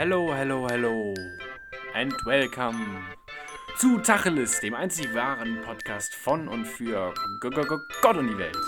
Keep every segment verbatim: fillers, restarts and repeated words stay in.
Hello, hello, hello and welcome zu Tacheles, dem einzig wahren Podcast von und für G -G -G Gott und die Welt.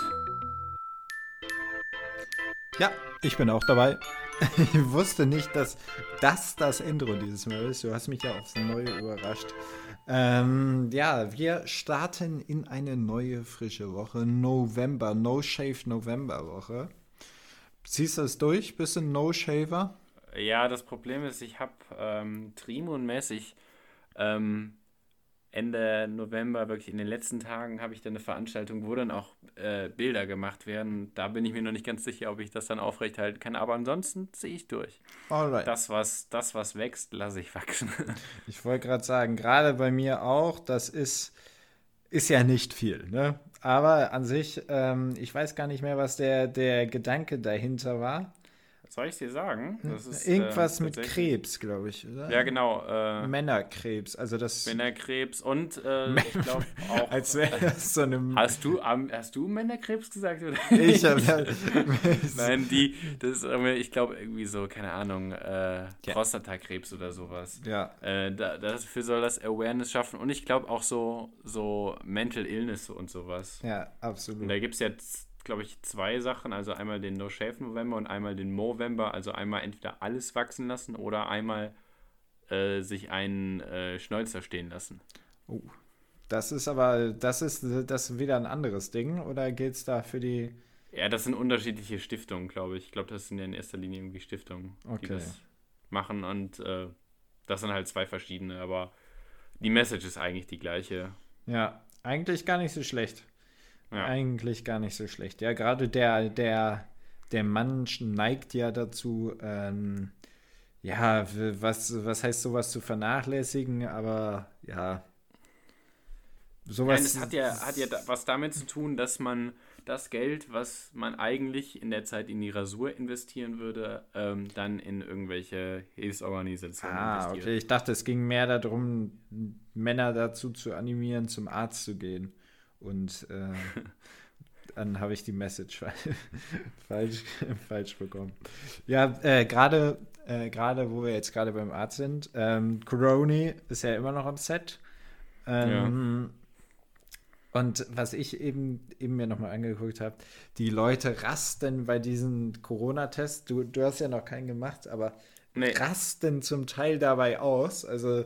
Ja, ich bin auch dabei. Ich wusste nicht, dass das das Intro dieses Mal ist. Du hast mich ja aufs Neue überrascht. Ähm, ja, wir starten in eine neue, frische Woche. November, No-Shave-November-Woche. Ziehst du das durch? Bist du ein No-Shaver? Ja, das Problem ist, ich habe ähm, Trimun-mäßig ähm, Ende November, wirklich in den letzten Tagen, habe ich dann eine Veranstaltung, wo dann auch äh, Bilder gemacht werden. Da bin ich mir noch nicht ganz sicher, ob ich das dann aufrechthalten kann. Aber ansonsten ziehe ich durch. Alright. Das, was, das, was wächst, lasse ich wachsen. Ich wollte gerade sagen, gerade bei mir auch, das ist, ist ja nicht viel, ne? Aber an sich, ähm, ich weiß gar nicht mehr, was der, der Gedanke dahinter war. Soll ich dir sagen? Das ist Irgendwas äh, mit tatsächlich- Krebs, glaube ich, oder? Ja, genau. Äh, Männerkrebs, also das. Männerkrebs und äh, ich glaube auch. Als wäre das so eine. Hast du, am- hast du Männerkrebs gesagt? Oder? Ich habe. Nein, die, das ist irgendwie, ich glaube irgendwie so, keine Ahnung, äh, Ja. Prostatakrebs oder sowas. Ja, Äh, da, dafür soll das Awareness schaffen und ich glaube auch so, so Mental Illness und sowas. ja, Und absolut. da gibt es jetzt, glaube ich, zwei Sachen, also einmal den No Shave November und einmal den Movember, also einmal entweder alles wachsen lassen oder einmal äh, sich einen äh, Schnäuzer stehen lassen. Oh. Das ist aber, das ist, das ist wieder ein anderes Ding, oder geht es da für die. Ja, das sind unterschiedliche Stiftungen, glaube ich. Ich glaube, das sind ja in erster Linie irgendwie Stiftungen, die Okay. das machen und äh, das sind halt zwei verschiedene, aber die Message ist eigentlich die gleiche. Ja, eigentlich gar nicht so schlecht. Ja. Eigentlich gar nicht so schlecht. Ja, gerade der, der, der Mann neigt ja dazu, ähm, ja, w- was, was heißt sowas zu vernachlässigen, aber ja, sowas. Nein, es hat ja, hat ja da- was damit zu tun, dass man das Geld, was man eigentlich in der Zeit in die Rasur investieren würde, ähm, dann in irgendwelche Hilfsorganisationen Ah, investiert. okay. Ich dachte, es ging mehr darum, Männer dazu zu animieren, zum Arzt zu gehen. Und äh, dann habe ich die Message falsch, falsch bekommen. Ja, äh, gerade, äh, gerade wo wir jetzt gerade beim Arzt sind, ähm, Coroni ist ja immer noch am Set. Ähm, Und was ich eben, eben mir nochmal angeguckt habe, die Leute rasten bei diesen Corona-Tests. Du, du hast ja noch keinen gemacht, aber Nee. rasten zum Teil dabei aus. Also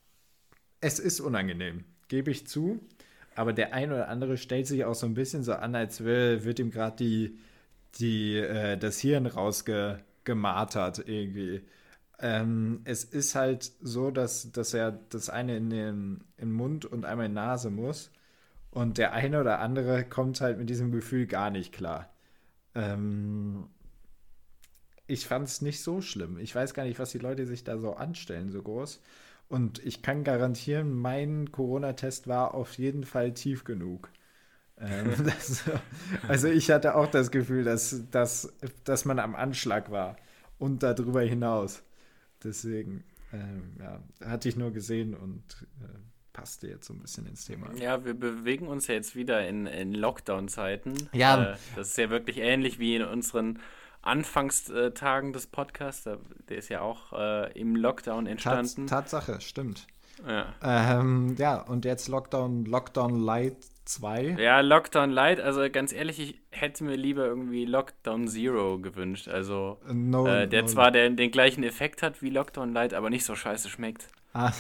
es ist unangenehm, gebe ich zu. Aber der ein oder andere stellt sich auch so ein bisschen so an, als wär, wird ihm gerade die, die, äh, das Hirn rausgemartert irgendwie. Ähm, es ist halt so, dass, dass er das eine in den, in den Mund und einmal in die Nase muss. Und der eine oder andere kommt halt mit diesem Gefühl gar nicht klar. Ähm, ich fand es nicht so schlimm. Ich weiß gar nicht, was die Leute sich da so anstellen, so groß. Und ich kann garantieren, mein Corona-Test war auf jeden Fall tief genug. Ähm, das, also ich hatte auch das Gefühl, dass, dass, dass man am Anschlag war und darüber hinaus. Deswegen, ähm, ja, hatte ich nur gesehen und äh, passte jetzt so ein bisschen ins Thema. Ja, wir bewegen uns ja jetzt wieder in, in Lockdown-Zeiten. Ja. Äh, das ist ja wirklich ähnlich wie in unseren Anfangstagen des Podcasts. Der der ist ja auch äh, im Lockdown Tats entstanden. Tatsache, stimmt. Ja. Ähm, ja, und jetzt Lockdown, Lockdown Light zwei. Ja, Lockdown Light, also ganz ehrlich, ich hätte mir lieber irgendwie Lockdown Zero gewünscht. Also, No, äh, der no, zwar den, den gleichen Effekt hat wie Lockdown Light, aber nicht so scheiße schmeckt. Ah.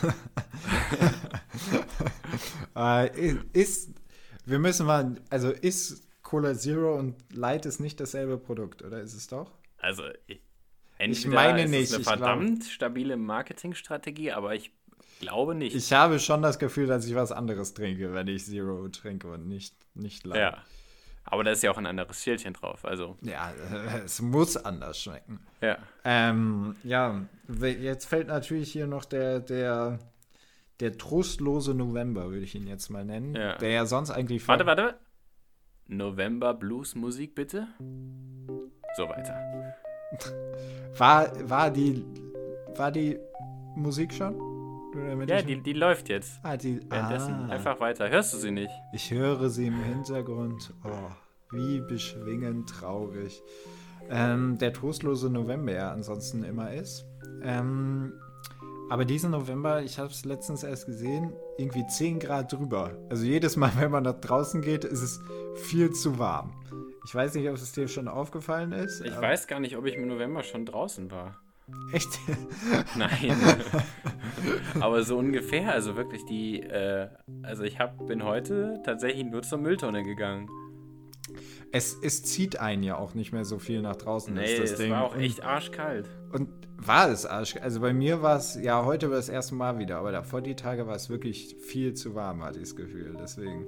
äh, ist, wir müssen mal, also ist Cola Zero und Light ist nicht dasselbe Produkt, oder ist es doch? Also, ich, entweder meine ist nicht, es eine ich glaub- verdammt stabile Marketingstrategie, aber ich glaube nicht. Ich habe schon das Gefühl, dass ich was anderes trinke, wenn ich Zero trinke und nicht, nicht Light. Ja. Aber da ist ja auch ein anderes Schildchen drauf, also, Ja, äh, es muss anders schmecken. ja. Ähm, ja, we- jetzt fällt natürlich hier noch der, der, der trostlose November, würde ich ihn jetzt mal nennen. Ja. Der ja sonst eigentlich. Warte, warte. November Blues Musik, bitte. So weiter. War, war, die, war die Musik schon? Oder damit Ja, ich- die, die läuft jetzt. ah, die, Währenddessen ah, einfach weiter. Hörst du sie nicht? ich höre sie im Hintergrund. Oh, wie beschwingend traurig. Ähm, der trostlose November ja ansonsten immer ist. Ähm, aber diesen November, ich habe es letztens erst gesehen, irgendwie zehn Grad drüber. Also jedes Mal, wenn man nach draußen geht, ist es viel zu warm. Ich weiß nicht, ob es dir schon aufgefallen ist. Ich aber- weiß gar nicht, ob ich im November schon draußen war. Echt? Nein. Aber so ungefähr, also wirklich die, äh, also ich hab, bin heute tatsächlich nur zur Mülltonne gegangen. Es, es zieht einen ja auch nicht mehr so viel nach draußen. Nee, ist das es Ding. war auch Und- echt arschkalt. Und war es Arsch. Also bei mir war es, ja, heute war das erste Mal wieder, aber davor die Tage war es wirklich viel zu warm, hatte ich das Gefühl. Deswegen.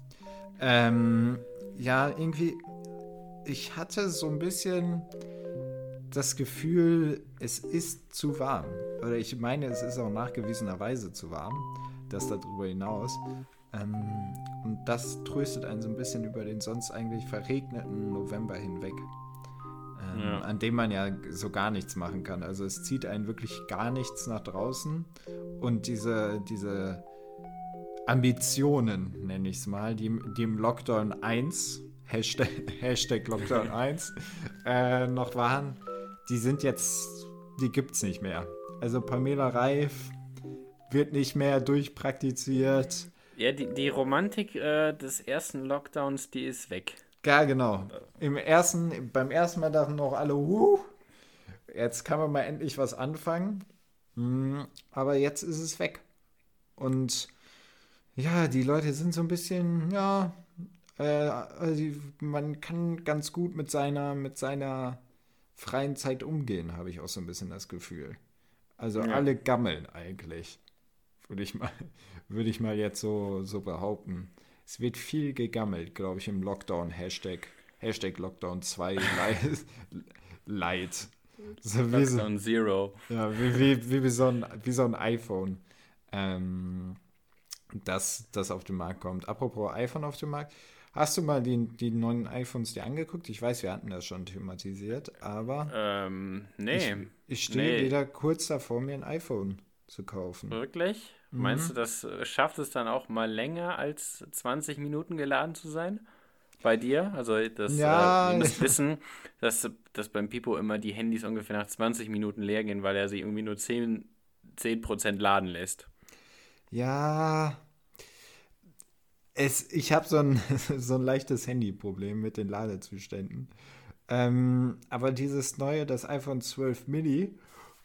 Ähm, ja, irgendwie, ich hatte so ein bisschen das Gefühl, es ist zu warm. Oder ich meine, es ist auch nachgewiesenerweise zu warm. Das darüber hinaus. Ähm, und das tröstet einen so ein bisschen über den sonst eigentlich verregneten November hinweg. Ähm, Ja. An dem man ja so gar nichts machen kann. Also es zieht einen wirklich gar nichts nach draußen. Und diese, diese Ambitionen, nenne ich es mal, die, die im Lockdown eins, Hashtag, Hashtag Lockdown eins, äh, noch waren, die sind jetzt, die gibt's nicht mehr. Also Pamela Reif wird nicht mehr durchpraktiziert. Ja, die, die Romantik äh, des ersten Lockdowns, die ist weg. Ja, genau. Im ersten, beim ersten Mal dachten noch alle, huh, jetzt kann man mal endlich was anfangen. Hm, aber jetzt ist es weg. Und ja, die Leute sind so ein bisschen, ja, äh, also die, man kann ganz gut mit seiner, mit seiner freien Zeit umgehen, habe ich auch so ein bisschen das Gefühl. Also Ja. alle gammeln eigentlich, würde ich mal, würde ich mal jetzt so, so behaupten. Es wird viel gegammelt, glaube ich, im Lockdown. Hashtag, Hashtag Lockdown zwei Light. Light. So wie so, Lockdown Zero. ja, wie, wie, wie, wie, so ein, wie so ein iPhone, ähm, das, das auf den Markt kommt. Apropos iPhone auf dem Markt. Hast du mal die, die neuen iPhones dir angeguckt? Ich weiß, wir hatten das schon thematisiert, aber Ähm, nee. ich, ich stehe nee. wieder kurz davor, mir ein iPhone zu kaufen. Wirklich? Mhm. Meinst du, das äh, schafft es dann auch mal länger als zwanzig Minuten geladen zu sein? Bei dir? Also das, Ja. äh, ihr müsst wissen, dass, dass beim Pipo immer die Handys ungefähr nach zwanzig Minuten leer gehen, weil er sie irgendwie nur zehn Prozent laden lässt. Ja, es, ich habe so ein, so ein leichtes Handyproblem mit den Ladezuständen. Ähm, aber dieses neue, das iPhone zwölf Mini,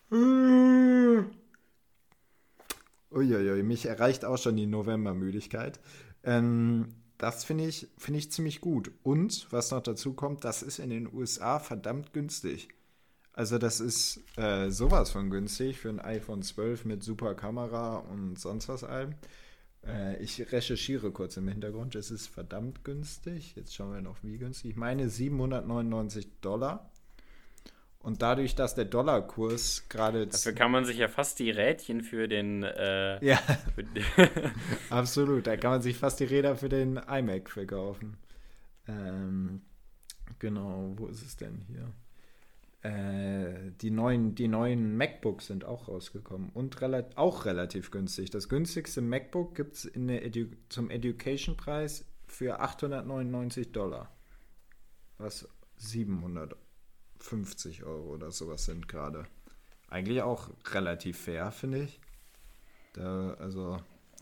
uiuiui, mich erreicht auch schon die Novembermüdigkeit. Ähm, das finde ich, finde ich ziemlich gut. Und was noch dazu kommt, das ist in den U S A verdammt günstig. Also das ist äh, sowas von günstig für ein iPhone zwölf mit super Kamera und sonst was allem. Äh, ich recherchiere kurz im Hintergrund. Es ist verdammt günstig. Jetzt schauen wir noch, wie günstig. Ich meine siebenhundertneunundneunzig Dollar. Und dadurch, dass der Dollarkurs gerade... Dafür kann man sich ja fast die Rädchen für den... Äh, Ja, für absolut. Da kann man sich fast die Räder für den iMac verkaufen. Ähm, genau, wo ist es denn hier? Äh, die, neuen, die neuen MacBooks sind auch rausgekommen und rela- auch relativ günstig. Das günstigste MacBook gibt es Edu- zum Education-Preis für achthundertneunundneunzig Dollar. Was siebenhundertfünfzig Euro oder sowas sind gerade. Eigentlich auch relativ fair, finde ich. Da, also.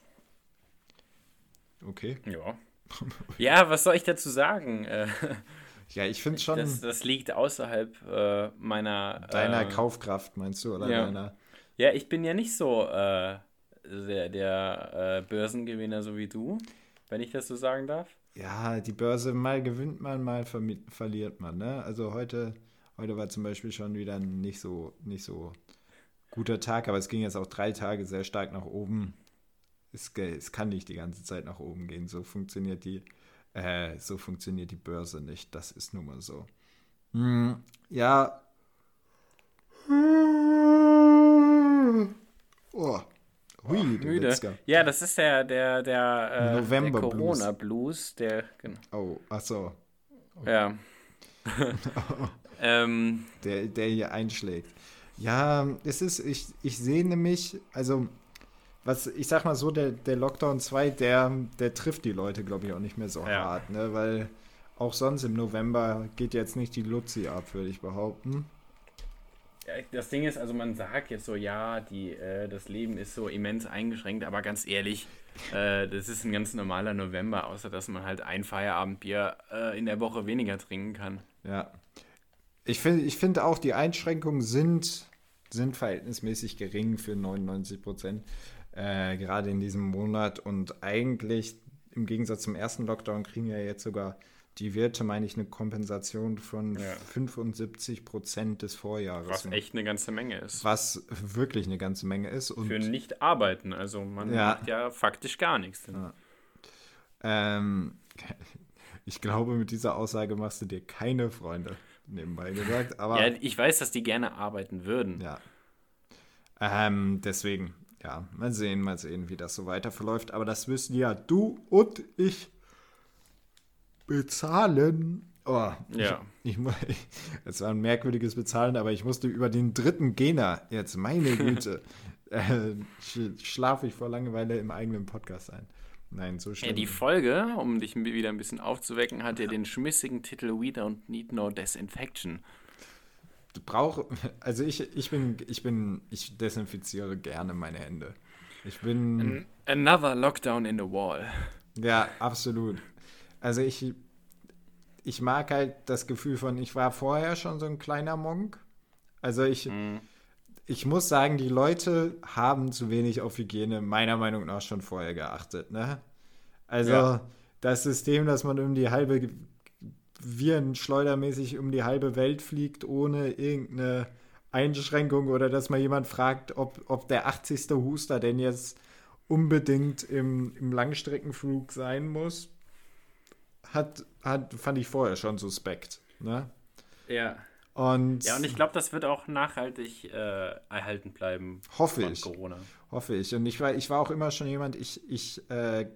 Okay. ja. Ja, was soll ich dazu sagen? Äh, Ja, ich finde schon. das, das liegt außerhalb äh, meiner... Deiner äh, Kaufkraft, meinst du? Oder ja. deiner. Ja, ich bin ja nicht so äh, der, der äh, Börsengewinner so wie du, wenn ich das so sagen darf. Ja, die Börse, mal gewinnt man, mal vermi- verliert man, ne? Also heute, heute war zum Beispiel schon wieder ein nicht so, nicht so guter Tag, aber es ging jetzt auch drei Tage sehr stark nach oben. Es, ge- es kann nicht die ganze Zeit nach oben gehen. So funktioniert die, äh, so funktioniert die Börse nicht. Das ist nun mal so. Hm, ja. Oh. Hui, du Müde. Witzka. Ja, das ist der, der, der, äh, der November Blues. Corona-Blues. Der, genau. Oh, ach so. Ja. ähm, Der, der hier einschlägt. Ja, es ist, ich, ich sehne mich, also, was, ich sag mal so, der, der Lockdown zwei, der, der trifft die Leute, glaube ich, auch nicht mehr so Ja. hart, ne, weil auch sonst im November geht jetzt nicht die Luzi ab, würde ich behaupten. das Ding ist, also man sagt jetzt so, ja, die, äh, das Leben ist so immens eingeschränkt, aber ganz ehrlich, äh, das ist ein ganz normaler November, außer dass man halt ein Feierabendbier äh, in der Woche weniger trinken kann. Ja. Ich finde ich find auch, die Einschränkungen sind, sind verhältnismäßig gering für neunundneunzig Prozent, äh, gerade in diesem Monat. Und eigentlich, im Gegensatz zum ersten Lockdown, kriegen ja jetzt sogar die Wirte, meine ich, eine Kompensation von Ja. fünfundsiebzig Prozent des Vorjahres. Was echt eine ganze Menge ist. Was wirklich eine ganze Menge ist. Und Für nicht arbeiten, also man Ja. macht ja faktisch gar nichts. Ja. ähm, ich glaube, mit dieser Aussage machst du dir keine Freunde, nebenbei gesagt. Aber Ja, ich weiß, dass die gerne arbeiten würden. ja. Ähm, deswegen, ja, mal sehen, mal sehen, wie das so weiter verläuft. Aber das müssen ja du und ich bezahlen. Oh, Ja. Ich, ich, mu- es war ein merkwürdiges Bezahlen, aber ich musste über den dritten Gena jetzt, meine Güte, äh, sch schlafe ich vor Langeweile im eigenen Podcast ein. Nein, so Ja, schlimm. die Folge, um dich wieder ein bisschen aufzuwecken, hat ja den schmissigen Titel We Don't Need No Disinfection. Du brauch, also ich, ich bin, ich bin, ich desinfiziere gerne meine Hände. Ich bin, Another Lockdown in the Wall. ja, absolut. Also ich, ich mag halt das Gefühl von, ich war vorher schon so ein kleiner Monk. Also ich, Mhm. ich muss sagen, die Leute haben zu wenig auf Hygiene meiner Meinung nach schon vorher geachtet, ne? Also Ja. das System, dass man um die halbe, virenschleudermäßig um die halbe Welt fliegt, ohne irgendeine Einschränkung oder dass mal jemand fragt, ob, ob der achtzigste Huster denn jetzt unbedingt im, im Langstreckenflug sein muss, hat, hat, fand ich vorher schon suspekt, ne? Ja. Und, Ja, und ich glaube, das wird auch nachhaltig äh, erhalten bleiben hoffe von ich. Corona. Hoffe ich. Und ich war, ich war auch immer schon jemand, ich, ich äh,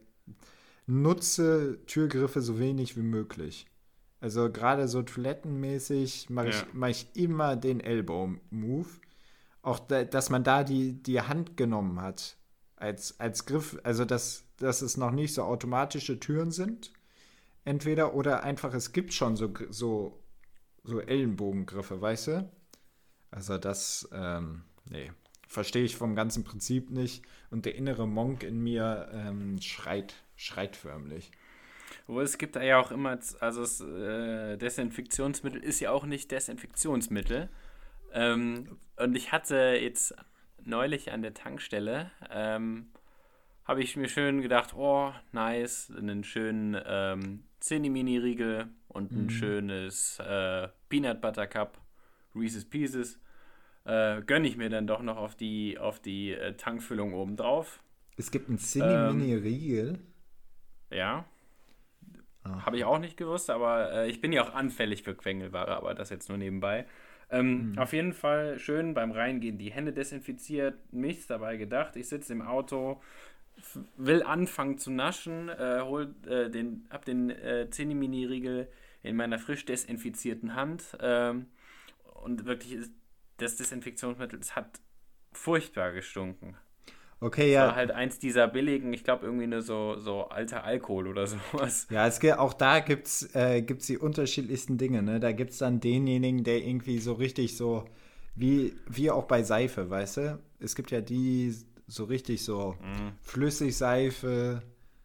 nutze Türgriffe so wenig wie möglich. Also gerade so toilettenmäßig mache ich, Ja. mach ich immer den Elbow-Move. Auch, da, dass man da die, die Hand genommen hat als, als Griff. Also dass, dass es noch nicht so automatische Türen sind. Entweder oder einfach, es gibt schon so, so, so Ellenbogengriffe, weißt du? Also das, ähm, nee, verstehe ich vom ganzen Prinzip nicht. Und der innere Monk in mir ähm, schreit, schreit förmlich. Obwohl es gibt da ja auch immer, also das äh, Desinfektionsmittel ist ja auch nicht Desinfektionsmittel. Ähm, und ich hatte jetzt neulich an der Tankstelle, ähm, habe ich mir schön gedacht, oh, nice, einen schönen ähm, Zinni-Mini-Riegel und ein Mhm. schönes äh, Peanut Butter Cup, Reese's Pieces. Äh, gönne ich mir dann doch noch auf die, auf die äh, Tankfüllung obendrauf. Es gibt einen Cinni-Mini-Riegel. Ja, Ah. habe ich auch nicht gewusst, aber äh, ich bin ja auch anfällig für Quengelware, aber das jetzt nur nebenbei. Ähm, Mhm. Auf jeden Fall schön beim Reingehen die Hände desinfiziert, nichts dabei gedacht. Ich sitze im Auto, f- will anfangen zu naschen, äh, hol, äh, den, hab den äh, Zinni-Mini-Riegel in meiner frisch desinfizierten Hand ähm, und wirklich ist das Desinfektionsmittel, es hat furchtbar gestunken. Okay, Es war ja. halt eins dieser billigen, ich glaube irgendwie nur so, so alter Alkohol oder sowas. Ja, es gibt, auch da gibt es äh, gibt's die unterschiedlichsten Dinge, ne? Da gibt es dann denjenigen, der irgendwie so richtig so, wie, wie auch bei Seife, weißt du? Es gibt ja die so richtig so Mhm. Flüssigseife,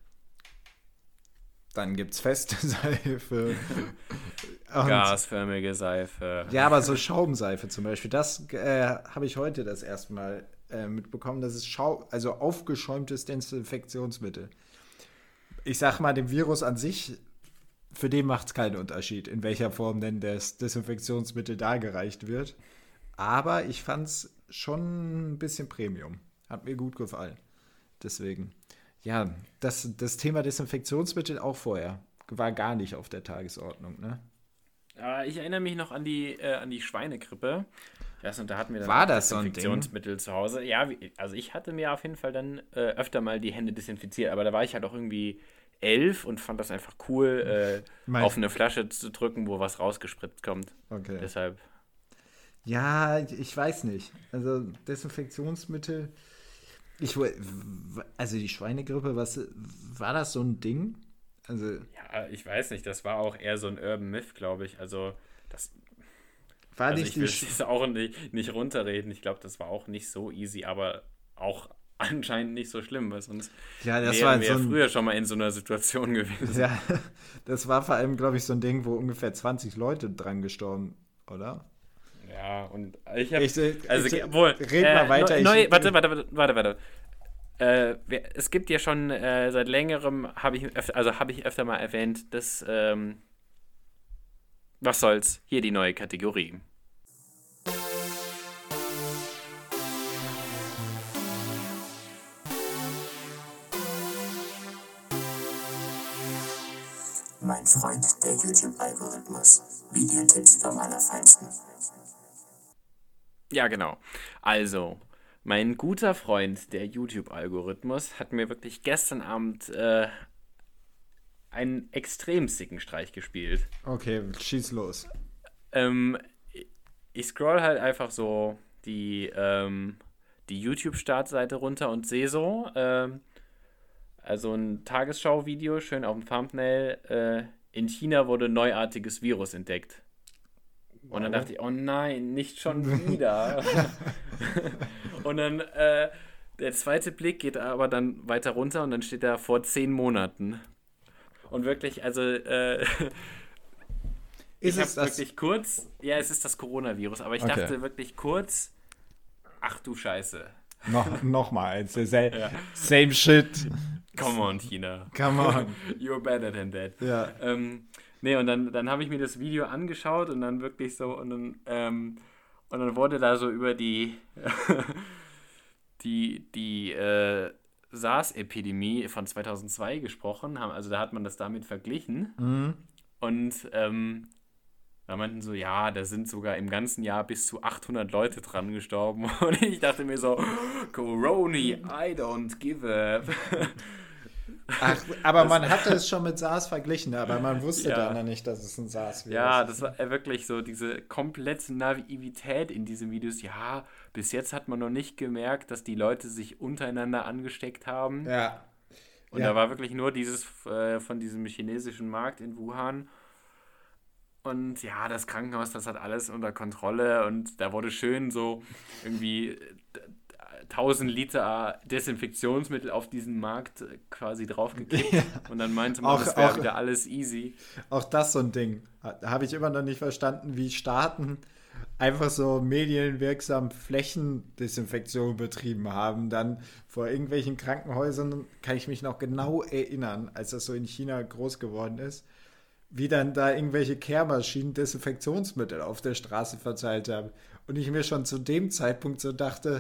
dann gibt es feste Seife. Und, Gasförmige Seife. ja, aber so Schaumseife zum Beispiel, das äh, habe ich heute das erste Mal äh, mitbekommen. Das ist Schau also aufgeschäumtes Desinfektionsmittel. Ich sag mal, dem Virus an sich, für den macht es keinen Unterschied, in welcher Form denn das Desinfektionsmittel dargereicht wird. Aber ich fand es schon ein bisschen Premium. Hat mir gut gefallen. Deswegen, ja, das, das Thema Desinfektionsmittel auch vorher war gar nicht auf der Tagesordnung, ne? Aber ich erinnere mich noch an die, äh, an die Schweinegrippe. Ich weiß nicht, da hatten wir dann War auch das so ein Ding? Desinfektionsmittel zu Hause. Ja, wie, also ich hatte mir auf jeden Fall dann äh, öfter mal die Hände desinfiziert, aber da war ich halt auch irgendwie elf und fand das einfach cool, äh, Mein- auf eine Flasche zu drücken, wo was rausgespritzt kommt. Okay. Deshalb, Ja, ich weiß nicht. Also Desinfektionsmittel. Ich, wo- w- also die Schweinegrippe, was war das so ein Ding? Also ja, ich weiß nicht, das war auch eher so ein Urban Myth, glaube ich. Also, das War Also nicht ich die will Sch es auch nicht, nicht runterreden. Ich glaube, das war auch nicht so easy, aber auch anscheinend nicht so schlimm, weil sonst Ja, das war wären wir so ja ein, früher schon mal in so einer Situation gewesen. ja, das war vor allem, glaube ich, so ein Ding, wo ungefähr zwanzig Leute dran gestorben, oder? Ja, und ich habe, Ich, ich, also ich wohl, red mal äh, weiter. neu, Ich, neu, warte, warte, warte, warte, warte. Äh, wir- es gibt ja schon äh, seit längerem, habe ich, öfter, also habe ich öfter mal erwähnt, dass, ähm, was soll's, hier die neue Kategorie. Mein Freund, der YouTube-Algorithmus. Videotipps vom Allerfeinsten. Ja, genau. Also, mein guter Freund, der YouTube-Algorithmus, hat mir wirklich gestern Abend äh, einen extrem sicken Streich gespielt. okay, schieß los. Ähm, ich scroll halt einfach so die, ähm, die YouTube-Startseite runter und sehe so, ähm, also ein Tagesschau-Video, schön auf dem Thumbnail, äh, in China wurde neuartiges Virus entdeckt. Und dann dachte ich, oh nein, nicht schon wieder. Und dann äh, der zweite Blick geht aber dann weiter runter und dann steht da vor zehn Monaten. Und wirklich, also äh, Ist ich es habe das? wirklich kurz, ja, es ist das Coronavirus, aber ich Okay. dachte wirklich kurz, ach du Scheiße. Noch, noch mal eins. Same, Ja. same shit. Come on, China. Come on. You're better than that. Ja. Ähm, nee, und dann, dann habe ich mir das Video angeschaut und dann wirklich so, und dann, ähm, und dann wurde da so über die, die, die äh, SARS-Epidemie von zweitausendzwei gesprochen, haben, also da hat man das damit verglichen. Mhm. Und ähm, da meinten so, ja, da sind sogar im ganzen Jahr bis zu achthundert Leute dran gestorben. Und ich dachte mir so, Coroni, I don't give a... Ach, aber man hatte es schon mit SARS verglichen, aber man wusste Ja. dann noch nicht, dass es ein SARS-Virus Ja, ist. das war äh, wirklich so diese komplette Naivität in diesen Videos. Ja, bis jetzt hat man noch nicht gemerkt, dass die Leute sich untereinander angesteckt haben. Ja. Und Ja. da war wirklich nur dieses äh, von diesem chinesischen Markt in Wuhan. Und ja, das Krankenhaus, das hat alles unter Kontrolle. Und da wurde schön so irgendwie äh, tausend Liter Desinfektionsmittel auf diesen Markt äh, quasi draufgekippt. Ja. Und dann meinte man, Auch- es wäre auch- wieder alles easy. Auch das so ein Ding. Ha- Habe ich immer noch nicht verstanden, wie Staaten einfach so medienwirksam Flächendesinfektion betrieben haben. Dann vor irgendwelchen Krankenhäusern kann ich mich noch genau erinnern, als das so in China groß geworden ist, wie dann da irgendwelche Kehrmaschinen Desinfektionsmittel auf der Straße verteilt haben. Und ich mir schon zu dem Zeitpunkt so dachte,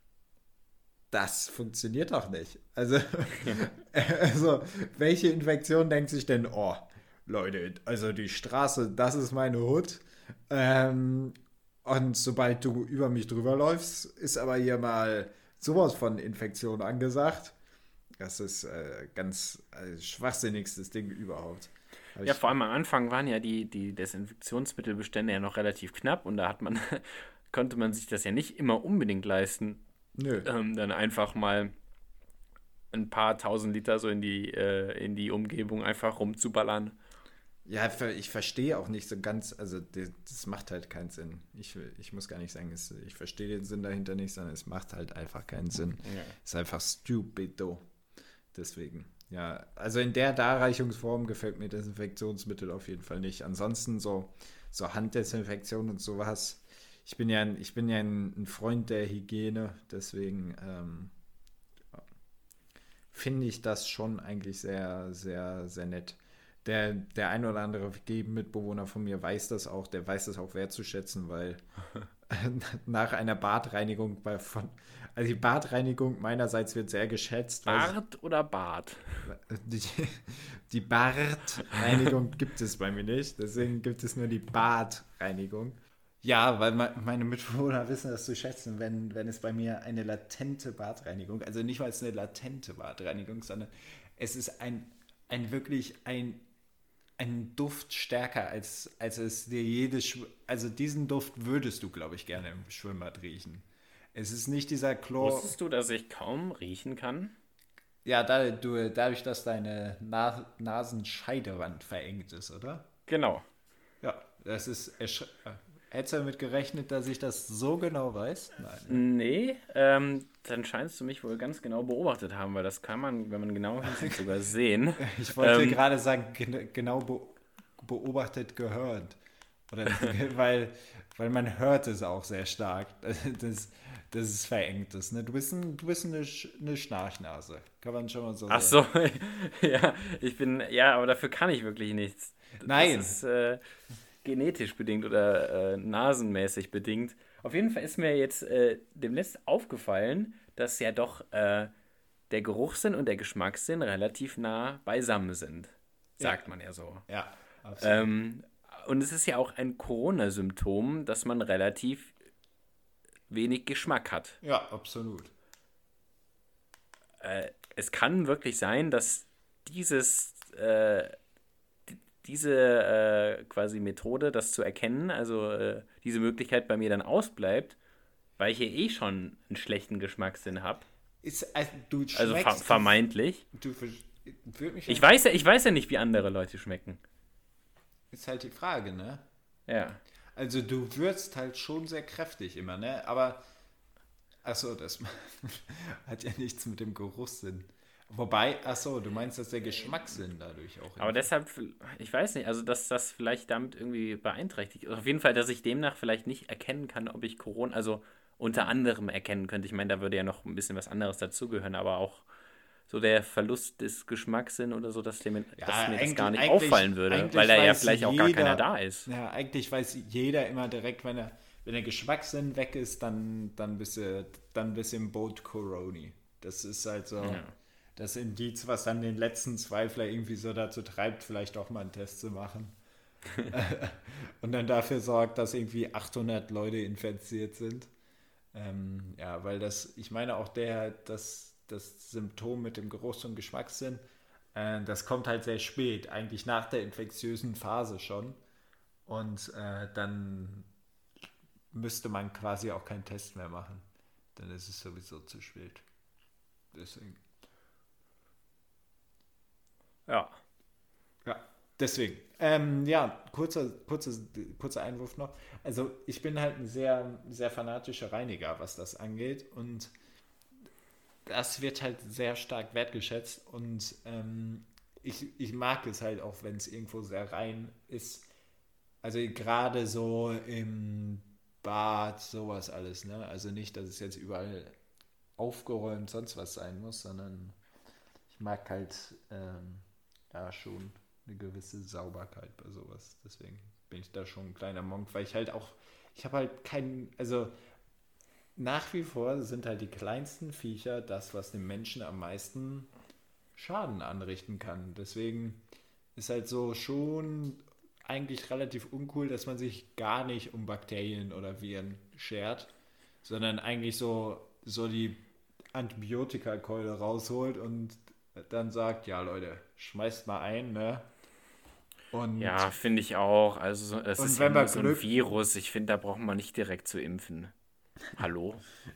das funktioniert doch nicht. Also, also welche Infektion denkt sich denn, oh, Leute, also die Straße, das ist meine Hut. Ähm, und sobald du über mich drüber läufst, ist aber hier mal sowas von Infektion angesagt. Das ist äh, ganz äh, schwachsinnigstes Ding überhaupt. Hab Ja, ich- vor allem am Anfang waren ja die, die Desinfektionsmittelbestände ja noch relativ knapp und da hat man, konnte man sich das ja nicht immer unbedingt leisten, Nö. ähm, dann einfach mal ein paar tausend Liter so in die, äh, in die Umgebung einfach rumzuballern. Ja, ver- ich verstehe auch nicht so ganz, also das, das macht halt keinen Sinn. Ich, will- ich muss gar nicht sagen, es, ich verstehe den Sinn dahinter nicht, sondern es macht halt einfach keinen Sinn. Ja. Ist einfach stupido. Deswegen. Ja, also in der Darreichungsform gefällt mir Desinfektionsmittel auf jeden Fall nicht. Ansonsten so, so Handdesinfektion und sowas. Ich bin ja ein, ich bin ja ein, ein Freund der Hygiene, deswegen ähm, finde ich das schon eigentlich sehr, sehr, sehr nett. Der, der ein oder andere Mitbewohner von mir weiß das auch, der weiß das auch wertzuschätzen, weil nach einer Badreinigung bei von, also die Badreinigung meinerseits wird sehr geschätzt. weil Bart oder Bart? die, die Bartreinigung gibt es bei mir nicht, deswegen gibt es nur die Badreinigung. Ja, weil me- meine Mitbewohner wissen das zu schätzen, wenn, wenn es bei mir eine latente Badreinigung, also nicht mal es eine latente Badreinigung, sondern es ist ein, ein wirklich ein, ein Duft stärker, als, als es dir jedes, Schw- also diesen Duft würdest du, glaube ich, gerne im Schwimmbad riechen. Es ist nicht dieser Chlor... Wusstest du, dass ich kaum riechen kann? Ja, da, du, dadurch, dass deine Na Nasenscheidewand verengt ist, oder? Genau. Ja, das ist ersch Hättest du damit gerechnet, dass ich das so genau weiß? Nein. Nee, ähm, dann scheinst du mich wohl ganz genau beobachtet haben, weil das kann man, wenn man genau hinsieht, sogar sehen. Ich wollte Ähm, gerade sagen, gen- genau be beobachtet gehört. Oder weil, weil man hört es auch sehr stark. Das, das ist verengtes. Ne? Du bist, ein, du bist eine, Sch- eine Schnarchnase. Kann man schon mal so ach sagen. so, ja, ich bin, ja, aber dafür kann ich wirklich nichts. Das Nein. ist äh, genetisch bedingt oder äh, nasenmäßig bedingt. Auf jeden Fall ist mir jetzt äh, demnächst aufgefallen, dass ja doch äh, der Geruchssinn und der Geschmackssinn relativ nah beisammen sind. Ja, Sagt man ja so. ja, absolut. Ähm, und es ist ja auch ein Corona-Symptom, dass man relativ wenig Geschmack hat. Ja, absolut. Äh, es kann wirklich sein, dass dieses, äh, diese äh, quasi Methode, das zu erkennen, also äh, diese Möglichkeit bei mir dann ausbleibt, weil ich ja eh schon einen schlechten Geschmackssinn habe. Ist, also, du Also ver schmeckst. vermeintlich. Du, du würde mich Ich ja. weiß ja, ich weiß ja nicht, wie andere Leute schmecken. Ist halt die Frage, ne? Ja. Also du würzt halt schon sehr kräftig immer, ne? Aber, achso, das hat ja nichts mit dem Geruchssinn. Wobei, achso, du meinst, dass der Geschmackssinn dadurch auch. Aber deshalb, ich weiß nicht, also dass das vielleicht damit irgendwie beeinträchtigt ist. Auf jeden Fall, dass ich demnach vielleicht nicht erkennen kann, ob ich Corona, also unter anderem erkennen könnte. Ich meine, da würde ja noch ein bisschen was anderes dazugehören, aber auch so der Verlust des Geschmackssinns oder so, dass, dem, Ja, dass mir das gar nicht eigentlich- auffallen würde, eigentlich weil da ja weiß vielleicht auch gar jeder- keiner da ist. Ja, eigentlich weiß jeder immer direkt, wenn er, wenn der Geschmackssinn weg ist, dann, dann bist du, dann bist du im Boot Coroni. Das ist halt so Ja. das Indiz, was dann den letzten Zweifler irgendwie so dazu treibt, vielleicht auch mal einen Test zu machen. Und dann dafür sorgt, dass irgendwie achthundert Leute infiziert sind. Ähm, ja, weil das, ich meine auch der, das, das Symptom mit dem Geruchs- und Geschmackssinn, äh, das kommt halt sehr spät, eigentlich nach der infektiösen Phase schon. Und äh, dann müsste man quasi auch keinen Test mehr machen. Dann ist es sowieso zu spät. Deswegen. Ja. Ja, deswegen. Ähm, ja, kurzer, kurzer, kurzer Einwurf noch. Also ich bin halt ein sehr, sehr fanatischer Reiniger, was das angeht. Und das wird halt sehr stark wertgeschätzt. Und ähm, ich, ich mag es halt auch, wenn es irgendwo sehr rein ist. Also gerade so im Bad, sowas alles. Ne? Also nicht, dass es jetzt überall aufgeräumt sonst was sein muss, sondern ich mag halt ähm, ja schon eine gewisse Sauberkeit bei sowas. Deswegen bin ich da schon ein kleiner Monk, weil ich halt auch, ich habe halt keinen, also nach wie vor sind halt die kleinsten Viecher das, was dem Menschen am meisten Schaden anrichten kann. Deswegen ist halt so schon eigentlich relativ uncool, dass man sich gar nicht um Bakterien oder Viren schert, sondern eigentlich so, so die Antibiotikakeule rausholt und dann sagt, ja Leute, schmeißt mal ein, ne? Und Ja, finde ich auch. Also es Und ist wenn ja wir nur so ein Glück- Virus. Ich finde, da braucht man nicht direkt zu impfen. Hallo?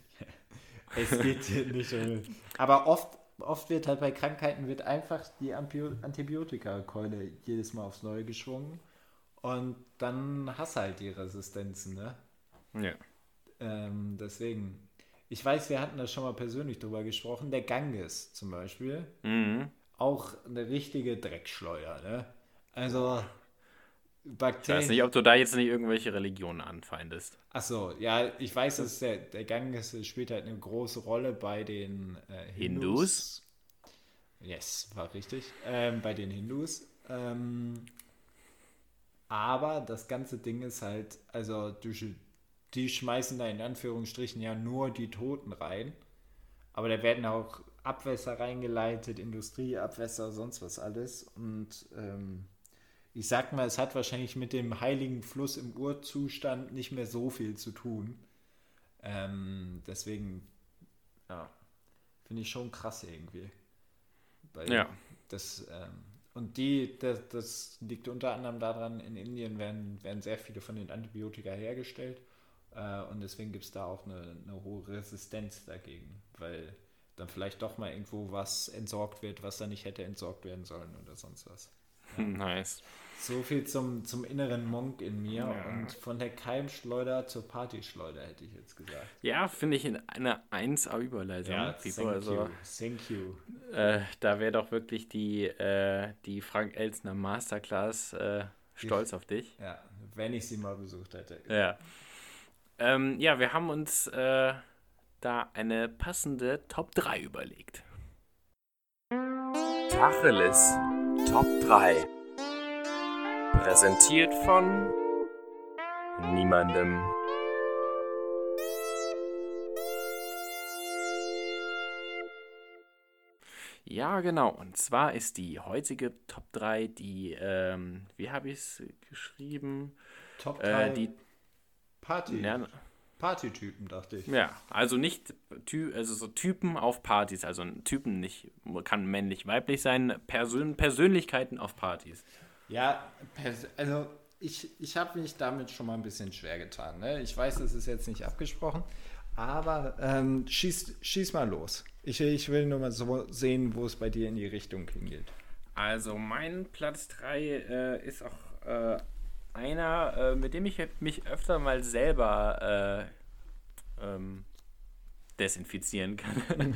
es geht hier nicht um. Aber oft, oft wird halt bei Krankheiten wird einfach die Ampi- Antibiotikakeule jedes Mal aufs Neue geschwungen. Und dann hast du halt die Resistenzen, ne? Ja. Ähm, deswegen. Ich weiß, wir hatten da schon mal persönlich drüber gesprochen. Der Ganges zum Beispiel. Mhm. Auch eine richtige Dreckschleuder, ne? Also Ich weiß Bakterien. nicht, ob du da jetzt nicht irgendwelche Religionen anfeindest. Achso, ja, ich weiß, dass der, der Ganges spielt halt eine große Rolle bei den äh, Hindus. Hindus? Yes, war richtig. Ähm, bei den Hindus. Ähm, aber das ganze Ding ist halt, also du, sch- die schmeißen da in Anführungsstrichen ja nur die Toten rein. Aber da werden auch Abwässer reingeleitet, Industrieabwässer, sonst was alles. Und ähm, ich sag mal, es hat wahrscheinlich mit dem heiligen Fluss im Urzustand nicht mehr so viel zu tun. Ähm, deswegen, ja, finde ich schon krass irgendwie. Weil Ja. das, ähm, und die, das, das liegt unter anderem daran, in Indien werden, werden sehr viele von den Antibiotika hergestellt. Äh, und deswegen gibt es da auch eine, eine hohe Resistenz dagegen, weil dann vielleicht doch mal irgendwo was entsorgt wird, was da nicht hätte entsorgt werden sollen oder sonst was. Nice. So viel zum, zum inneren Monk in mir Ja. und von der Keimschleuder zur Partyschleuder, hätte ich jetzt gesagt. Ja, finde ich in eine eins A-Überleitung. Pipo, thank also, you, thank you. äh, da wäre doch wirklich die, äh, die Frank Elstner Masterclass äh, stolz auf dich. Ja, wenn ich sie mal besucht hätte. Ja. Ähm, ja, wir haben uns äh, da eine passende Top drei überlegt. Tacheles Top drei. Präsentiert von niemandem. Ja, genau. Und zwar ist die heutige Top drei die, ähm, wie habe ich es geschrieben? Top drei Äh, die, Party, ja, Partytypen, dachte ich. ja, also nicht, Ty also so Typen auf Partys, also ein Typen nicht, kann männlich, weiblich sein, Persön Persönlichkeiten auf Partys. Ja, pers- also ich, ich habe mich damit schon mal ein bisschen schwer getan. Ne? Ich weiß, das ist jetzt nicht abgesprochen, aber ähm, schieß, schieß mal los. Ich, ich will nur mal so sehen, wo es bei dir in die Richtung hingeht. Also mein Platz drei äh, ist auch äh, einer, äh, mit dem ich mich öfter mal selber äh, ähm, desinfizieren kann.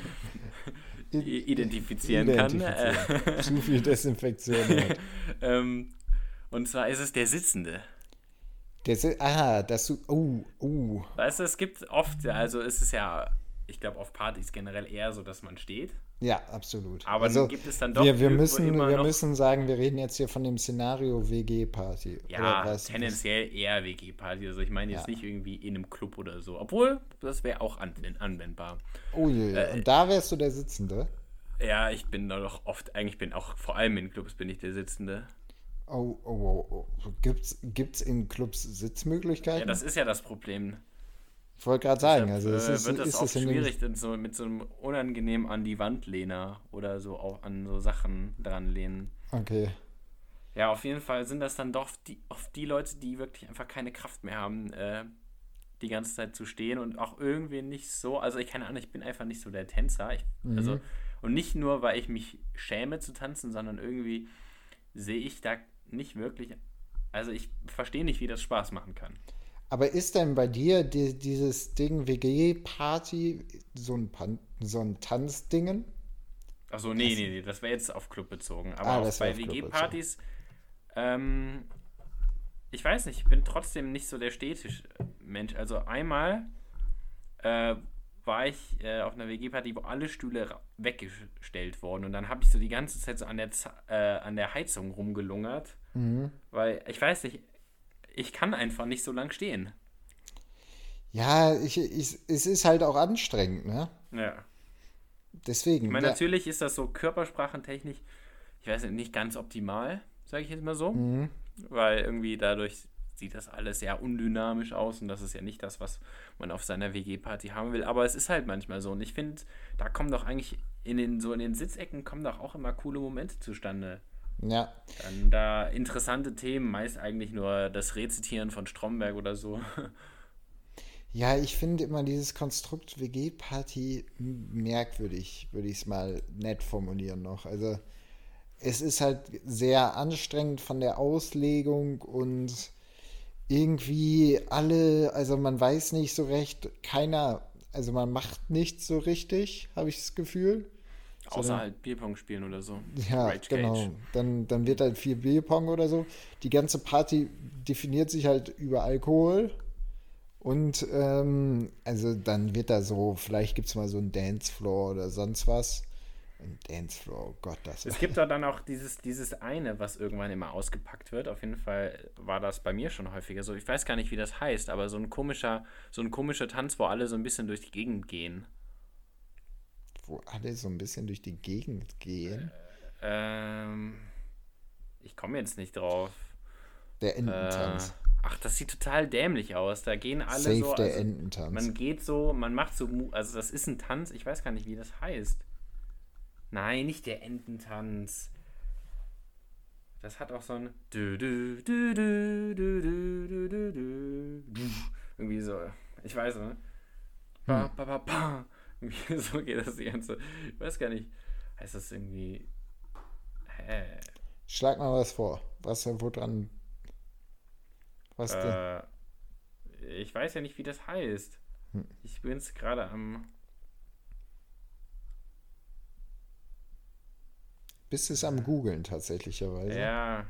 I- identifizieren kann. Identifizieren. Zu viel Desinfektion. Halt. ähm, und zwar ist es der Sitzende. Der, Si- ah, das du. Oh, oh. Weißt du, es gibt oft, also es ist ja, ich glaube auf Partys generell eher so, dass man steht. Ja, absolut. Aber also, dann gibt es dann doch wir, wir, irgendwo müssen, immer wir noch- müssen sagen, wir reden jetzt hier von dem Szenario W G-Party. Ja, Oder was? tendenziell eher W G-Party. Also ich meine jetzt Ja. nicht irgendwie in einem Club oder so. Obwohl, das wäre auch anwend anwendbar. Oh je, je. Und da wärst du der Sitzende? Ja, ich bin da doch oft, eigentlich bin auch, vor allem in Clubs bin ich der Sitzende. Oh, oh, oh, oh. Gibt's, gibt's in Clubs Sitzmöglichkeiten? Ja, das ist ja das Problem. ich wollte gerade sagen, Deshalb, also es äh, ist, wird das ist auch es in dem, schwierig, dann so mit so einem unangenehm an die Wand lehner oder so auch an so Sachen dran lehnen. Okay. Ja, auf jeden Fall sind das dann doch die, oft die Leute, die wirklich einfach keine Kraft mehr haben, äh, die ganze Zeit zu stehen und auch irgendwie nicht so, also ich keine Ahnung, ich bin einfach nicht so der Tänzer. Ich, Mhm. also, und nicht nur, weil ich mich schäme zu tanzen, sondern irgendwie sehe ich da nicht wirklich, also ich verstehe nicht, wie das Spaß machen kann. Aber ist denn bei dir die, dieses Ding W G-Party so ein, Pan, so ein Tanzdingen? Achso, nee, nee, nee, das wäre jetzt auf Club bezogen. Aber Ah, auch das wär bei auf Club W G-Partys, ähm, ich weiß nicht, ich bin trotzdem nicht so der Städtisch-Mensch. Also einmal äh, war ich äh, auf einer W G-Party, wo alle Stühle ra- weggestellt wurden. Und dann habe ich so die ganze Zeit so an der, Z- äh, an der Heizung rumgelungert. Mhm. Weil, ich weiß nicht, ich kann einfach nicht so lang stehen. Ja, ich, ich, es ist halt auch anstrengend, ne? Ja. Deswegen. Ich meine, ja. natürlich ist das so körpersprachentechnisch, ich weiß nicht, nicht ganz optimal, sage ich jetzt mal so. Mhm. Weil irgendwie dadurch sieht das alles sehr undynamisch aus und das ist ja nicht das, was man auf seiner W G-Party haben will. Aber es ist halt manchmal so und ich finde, da kommen doch eigentlich in den, so in den Sitzecken kommen doch auch immer coole Momente zustande. Ja. Dann da interessante Themen, meist eigentlich nur das Rezitieren von Stromberg oder so. Ja, ich finde immer dieses Konstrukt W G-Party merkwürdig, würde ich es mal nett formulieren noch. Also es ist halt sehr anstrengend von der Auslegung und irgendwie alle, also man weiß nicht so recht, keiner, also man macht nichts so richtig, habe ich das Gefühl. Außer Sondern- halt Bierpong spielen oder so. Ja, Rage genau. Cage. Dann, dann wird halt viel Bierpong oder so. Die ganze Party definiert sich halt über Alkohol. Und ähm, also dann wird da so, vielleicht gibt es mal so einen Dancefloor oder sonst was. Ein Dancefloor, oh Gott, das Es gibt doch dann auch dieses, dieses eine, was irgendwann immer ausgepackt wird. Auf jeden Fall war das bei mir schon häufiger so. Ich weiß gar nicht, wie das heißt, aber so ein komischer, so ein komischer Tanz, wo alle so ein bisschen durch die Gegend gehen. wo alle so ein bisschen durch die Gegend gehen. Ähm, ich komme jetzt nicht drauf. Der Äh, Ententanz. ach, das sieht total dämlich aus. Da gehen alle Safe so. der Also, Ententanz. man geht so, man macht so, Mu- also das ist ein Tanz. Ich weiß gar nicht, wie das heißt. Nein, nicht der Ententanz. Das hat auch so ein dü, dü, dü, dü, dü, dü, dü, dü, dü, dü. Irgendwie so. Ich weiß, ne? Ba, ba, ba, ba. Irgendwie so geht das die ganze. Ich weiß gar nicht. Heißt das irgendwie. Hä? Schlag mal was vor. Was, wo dran, was denn? Äh, ich weiß ja nicht, wie das heißt. Hm. Ich bin es gerade am. Bist es am Googeln tatsächlicherweise. Ja,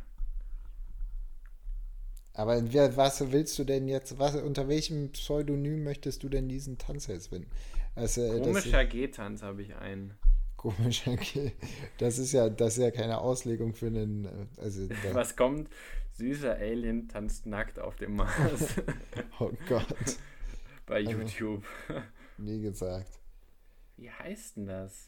Aber wer, was willst du denn jetzt, was, unter welchem Pseudonym möchtest du denn diesen Tanz jetzt finden? Also, äh, das, komischer G-Tanz habe ich einen. komisch, okay. Das ist ja, das ist ja keine Auslegung für einen, äh, also, da, Was kommt? Süßer Alien tanzt nackt auf dem Mars oh Gott, bei YouTube. wie gesagt. Wie heißt denn das?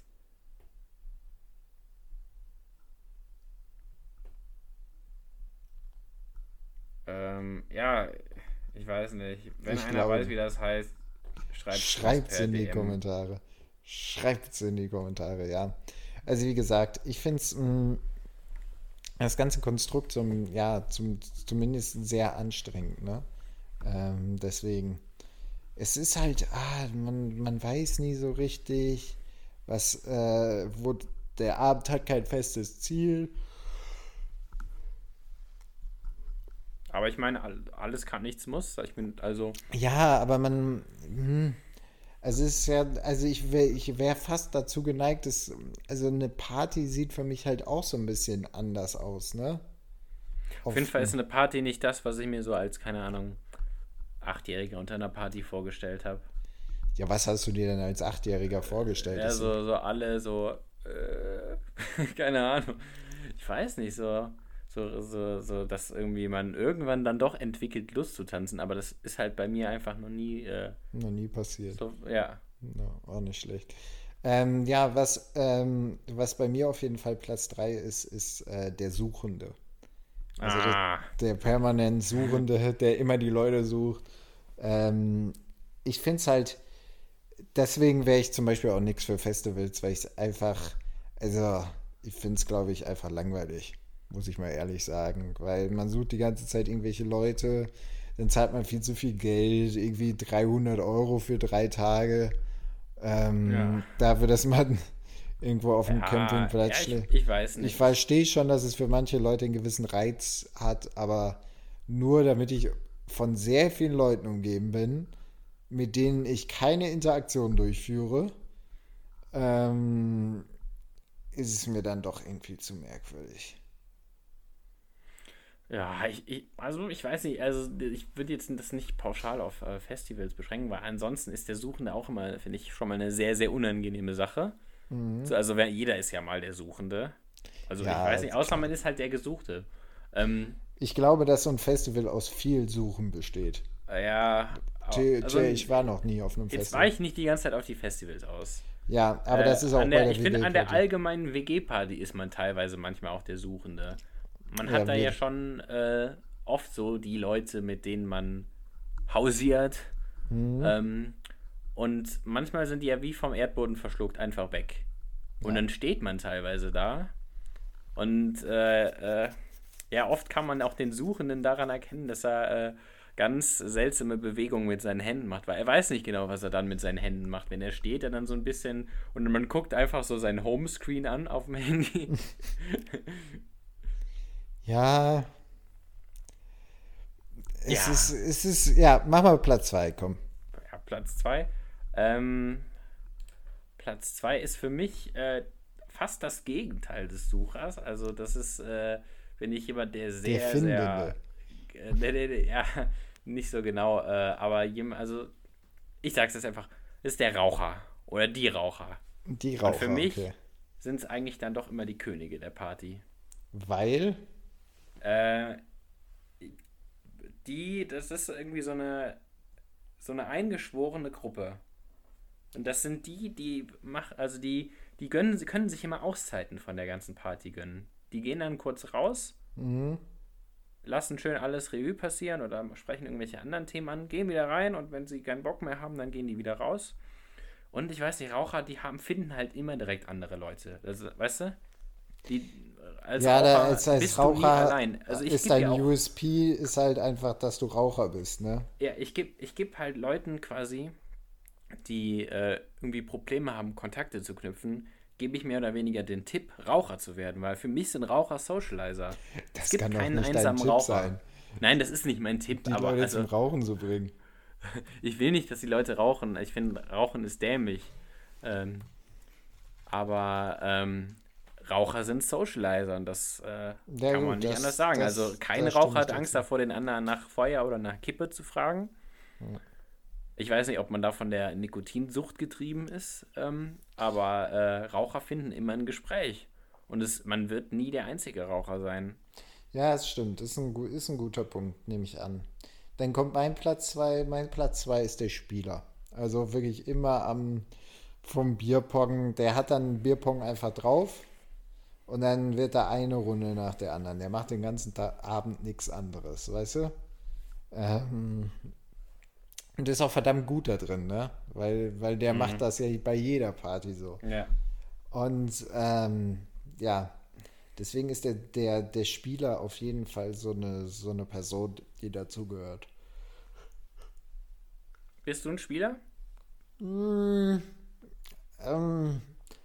Ähm, ja, ich weiß nicht. Wenn Ich einer glaube, weiß, wie das heißt, schreibt es schreibt es per in die D M. Kommentare. Schreibt es in die Kommentare, ja. Also wie gesagt, ich finde es das ganze Konstrukt zum, ja, zum, zumindest sehr anstrengend, ne? Ähm, deswegen, es ist halt, ah, man, man weiß nie so richtig, was, äh, wo der Abend hat kein festes Ziel. Aber ich meine, all- alles kann, nichts muss. Ich bin also. Ja, aber man, hm, also es ist ja, also ich wäre ich wär fast dazu geneigt, dass, also eine Party sieht für mich halt auch so ein bisschen anders aus, ne? Auf jeden Auf, Fall ist eine Party nicht das, was ich mir so als, keine Ahnung, Achtjähriger unter einer Party vorgestellt habe. ja, was hast du dir denn als Achtjähriger vorgestellt? Ja, Das sind, so, so alle so, äh, keine Ahnung. Ich weiß nicht, so, so, so, so, dass irgendwie man irgendwann dann doch entwickelt, Lust zu tanzen, aber das ist halt bei mir einfach noch nie äh, noch nie passiert. so, ja. Ja, auch nicht schlecht. Ähm, ja, was, ähm, was bei mir auf jeden Fall Platz drei ist, ist äh, der Suchende. Also der, Ah, der permanent Suchende, der immer die Leute sucht. Ähm, ich finde es halt, deswegen wäre ich zum Beispiel auch nichts für Festivals, weil ich es einfach, also ich finde es, glaube ich, einfach langweilig, muss ich mal ehrlich sagen. Weil man sucht die ganze Zeit irgendwelche Leute, dann zahlt man viel zu viel Geld, irgendwie dreihundert Euro für drei Tage, ja. ähm, dafür, dass man irgendwo auf dem Ja, Campingplatz ja, ich, schläft. ich weiß Ich nicht. Ich, verstehe schon, dass es für manche Leute einen gewissen Reiz hat, aber nur damit ich von sehr vielen Leuten umgeben bin, mit denen ich keine Interaktion durchführe, ähm, ist es mir dann doch irgendwie zu merkwürdig. ja, ich, ich, also ich weiß nicht, also ich würde jetzt das nicht pauschal auf äh, Festivals beschränken, weil ansonsten ist der Suchende auch immer, finde ich, schon mal eine sehr, sehr unangenehme Sache. Mhm. So, also wer, jeder ist ja mal der Suchende. Also ich Ja, weiß nicht, außer klar. man ist halt der Gesuchte. Ähm, Ich glaube, dass so ein Festival aus viel Suchen besteht. äh, ja, Tja, also tja, ich war noch nie auf einem jetzt Festival. weiche ich nicht die ganze Zeit auf die Festivals aus. Ja, aber Äh, das ist auch an bei der, der ich finde, an der W G-Party. allgemeinen W G-Party ist man teilweise manchmal auch der Suchende. Man hat Ja, da ja wir, schon äh, oft so die Leute, mit denen man hausiert. hm, Ähm, und manchmal sind die ja wie vom Erdboden verschluckt einfach weg. Und ja. dann steht man teilweise da. Und äh, äh, ja, oft kann man auch den Suchenden daran erkennen, dass er äh, ganz seltsame Bewegungen mit seinen Händen macht, weil er weiß nicht genau, was er dann mit seinen Händen macht. Wenn er steht, er dann so ein bisschen und man guckt einfach so sein Homescreen an auf dem Handy. Ja, es ist, Ja, es ist, ja, mach mal Platz zwei, komm. ja, Platz zwei. Ähm, Platz zwei ist für mich äh, fast das Gegenteil des Suchers. Also das ist, äh, bin ich jemand, der Der sehr, sehr, Findende. äh, der, der, der, ja, nicht so genau, äh, aber jemand, also ich sag's jetzt einfach, ist der Raucher oder die Raucher. Die Und für Raucher, okay. mich sind es eigentlich dann doch immer die Könige der Party. Weil, Äh, die, das ist irgendwie so eine, so eine eingeschworene Gruppe. Und das sind die, die mach, also die, die gönnen, sie können sich immer Auszeiten von der ganzen Party gönnen. Die gehen dann kurz raus, mhm, lassen schön alles Revue passieren oder sprechen irgendwelche anderen Themen an, gehen wieder rein und wenn sie keinen Bock mehr haben, dann gehen die wieder raus. Und ich weiß nicht, Raucher, die haben, finden halt immer direkt andere Leute. Also, weißt du? Die, als ja, da, Raucher als, als bist du nie Raucher allein. Also ich ist gebe dein ja auch, U S P ist halt einfach, dass du Raucher bist, ne? ja, ich gebe ich geb halt Leuten quasi, die äh, irgendwie Probleme haben, Kontakte zu knüpfen, gebe ich mehr oder weniger den Tipp, Raucher zu werden, weil für mich sind Raucher Socializer. Das es gibt kann doch keinen nicht dein einsamen Tipp Raucher. sein, Nein, das ist nicht mein Tipp, die aber Leute also, zum Rauchen zu bringen. ich will nicht, dass die Leute rauchen. Ich finde, Rauchen ist dämlich. Ähm, aber ähm, Raucher sind Socializer und das äh, Ja, kann gut, man nicht das- anders sagen. das- Also kein da stimme Raucher ich hat dir Angst zu. davor, den anderen nach Feuer oder nach Kippe zu fragen. Ich weiß nicht, ob man da von der Nikotinsucht getrieben ist, ähm, aber äh, Raucher finden immer ein Gespräch. Und es, man wird nie der einzige Raucher sein. Ja, es stimmt. Ist ein, gu- ist ein guter Punkt, nehme ich an. Dann kommt mein Platz zwei. Mein Platz zwei ist der Spieler. Also wirklich immer am vom Bierpong. Der hat dann Bierpong einfach drauf und dann wird da eine Runde nach der anderen. Der macht den ganzen Tag, Abend nichts anderes, weißt du? Ähm, und ist auch verdammt gut da drin, ne? Weil, weil der macht das ja bei jeder Party so. Ja. Und ähm, ja, deswegen ist der, der, der Spieler auf jeden Fall so eine, so eine Person, die dazugehört. Bist du ein Spieler? Mm, ähm,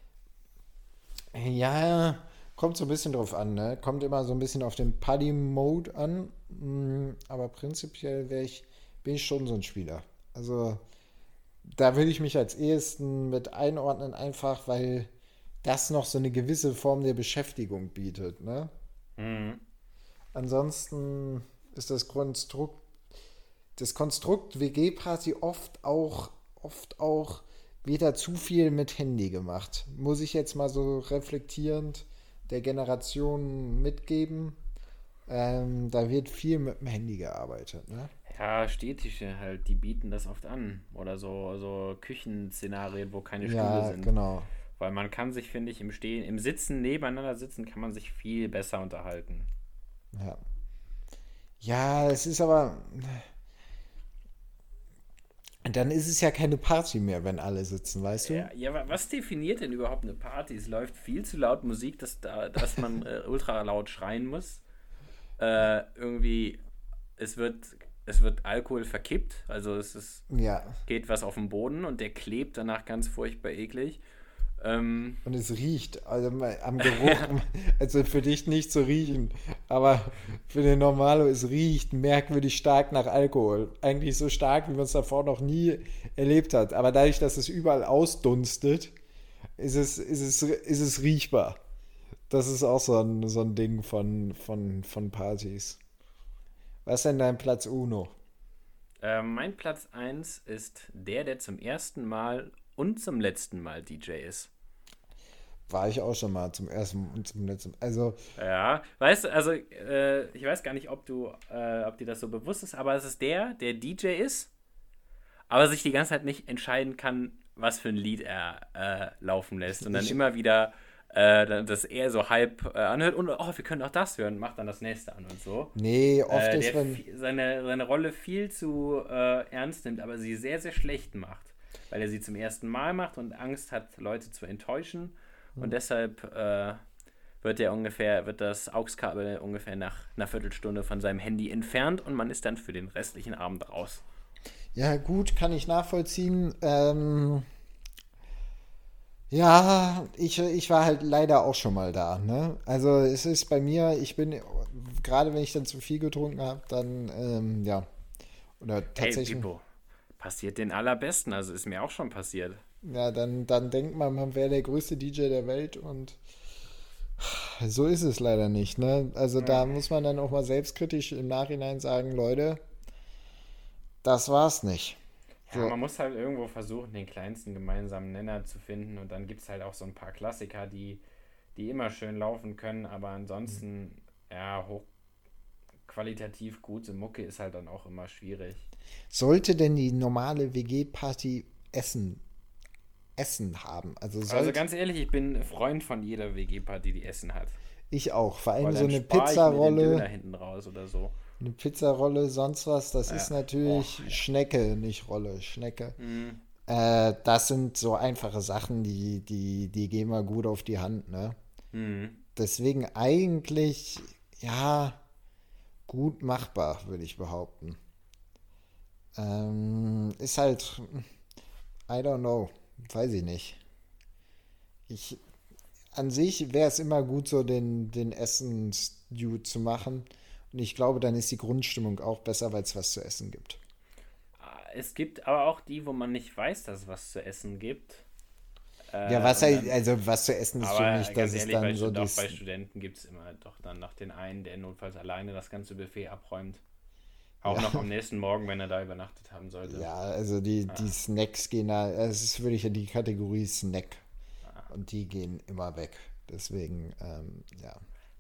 ja, kommt so ein bisschen drauf an, ne? Kommt immer so ein bisschen auf den Party-Mode an. Mm, aber prinzipiell wär ich, bin ich schon so ein Spieler. Also da will ich mich als ehesten mit einordnen, einfach weil das noch so eine gewisse Form der Beschäftigung bietet, ne? Mhm. Ansonsten ist das Konstrukt, das Konstrukt W G-Party oft auch, oft auch wieder zu viel mit Handy gemacht. Muss ich jetzt mal so reflektierend der Generation mitgeben. Ähm, da wird viel mit dem Handy gearbeitet, ne? Ja, Städtische halt, die bieten das oft an. Oder so, so Küchenszenarien, wo keine Stühle Ja, sind. genau. Weil man kann sich, finde ich, im Stehen, im Sitzen, nebeneinander sitzen, kann man sich viel besser unterhalten. Ja. Ja, es ist aber. Dann ist es ja keine Party mehr, wenn alle sitzen, weißt du? Ja, ja, wa- was definiert denn überhaupt eine Party? Es läuft viel zu laut Musik, dass, da, dass man äh, ultra laut schreien muss. Äh, irgendwie, es wird, es wird Alkohol verkippt, also es ist, Ja. geht was auf den Boden und der klebt danach ganz furchtbar eklig. Ähm, Und es riecht, also mal am Geruch, also für dich nicht zu riechen, aber für den Normalo, es riecht merkwürdig stark nach Alkohol. Eigentlich so stark, wie man es davor noch nie erlebt hat. Aber dadurch, dass es überall ausdunstet, ist es, ist es, ist es riechbar. Das ist auch so ein, so ein Ding von, von, von Partys. Was ist denn dein Platz Uno? äh, mein Platz eins ist der, der zum ersten Mal und zum letzten Mal D J ist. War ich auch schon mal zum ersten und zum letzten. Also, Ja, weißt du, also äh, ich weiß gar nicht, ob du, äh, ob dir das so bewusst ist, aber es ist der, der D J ist, aber sich die ganze Zeit nicht entscheiden kann, was für ein Lied er äh, laufen lässt und dann Ich- immer wieder äh, dann- das er so halb äh, anhört und oh, wir können auch das hören, macht dann das nächste an und so. nee, oft Äh, ist der man. vi- seine, seine Rolle viel zu äh, ernst nimmt, aber sie sehr, sehr schlecht macht, weil er sie zum ersten Mal macht und Angst hat, Leute zu enttäuschen. Und deshalb äh, wird er ungefähr, wird das A U X-Kabel ungefähr nach einer Viertelstunde von seinem Handy entfernt und man ist dann für den restlichen Abend raus. Ja, gut, kann ich nachvollziehen. Ähm, ja, ich, ich war halt leider auch schon mal da, ne? Also es ist bei mir, ich bin, gerade wenn ich dann zu viel getrunken habe, dann, ähm, ja, oder Hey, tatsächlich, Pippo, passiert den allerbesten, also ist mir auch schon passiert. ja, dann, dann denkt man, man wäre der größte D J der Welt und so ist es leider nicht, ne? Also da muss man dann auch mal selbstkritisch im Nachhinein sagen, Leute, das war's nicht. Ja, So. man muss halt irgendwo versuchen, den kleinsten gemeinsamen Nenner zu finden und dann gibt es halt auch so ein paar Klassiker, die, die immer schön laufen können, aber ansonsten, ja, hochqualitativ gute Mucke ist halt dann auch immer schwierig. Sollte denn die normale W G-Party Essen, Essen haben? Also sollte Also ganz ehrlich, ich bin Freund von jeder W G-Party, die Essen hat. ich auch. Vor allem Weil so dann eine spar ich mir den Pizzarolle, Döner hinten raus oder so. eine Pizzarolle, sonst was, das Ja. ist natürlich Oh, ja. Schnecke, nicht Rolle, Schnecke. Mhm. Äh, das sind so einfache Sachen, die, die, die gehen mal gut auf die Hand, ne? Mhm. Deswegen eigentlich, ja, gut machbar, würde ich behaupten. Ähm, ist halt, I don't know, weiß ich nicht. Ich, an sich wäre es immer gut, so den, den Essens-Dude zu machen. Und ich glaube, dann ist die Grundstimmung auch besser, weil es was zu essen gibt. Es gibt aber auch die, wo man nicht weiß, dass es was zu essen gibt. Äh, Ja, was und halt, dann, also was zu essen ist aber schon nicht, dass ganz es ehrlich, dann bei, so Stud- auch das, bei Studenten gibt es immer doch dann noch den einen, der notfalls alleine das ganze Buffet abräumt. Auch Ja. noch am nächsten Morgen, wenn er da übernachtet haben sollte. ja, also die, die Snacks gehen da, es ist wirklich in die Kategorie Snack. Und die gehen immer weg. Deswegen, ähm, ja.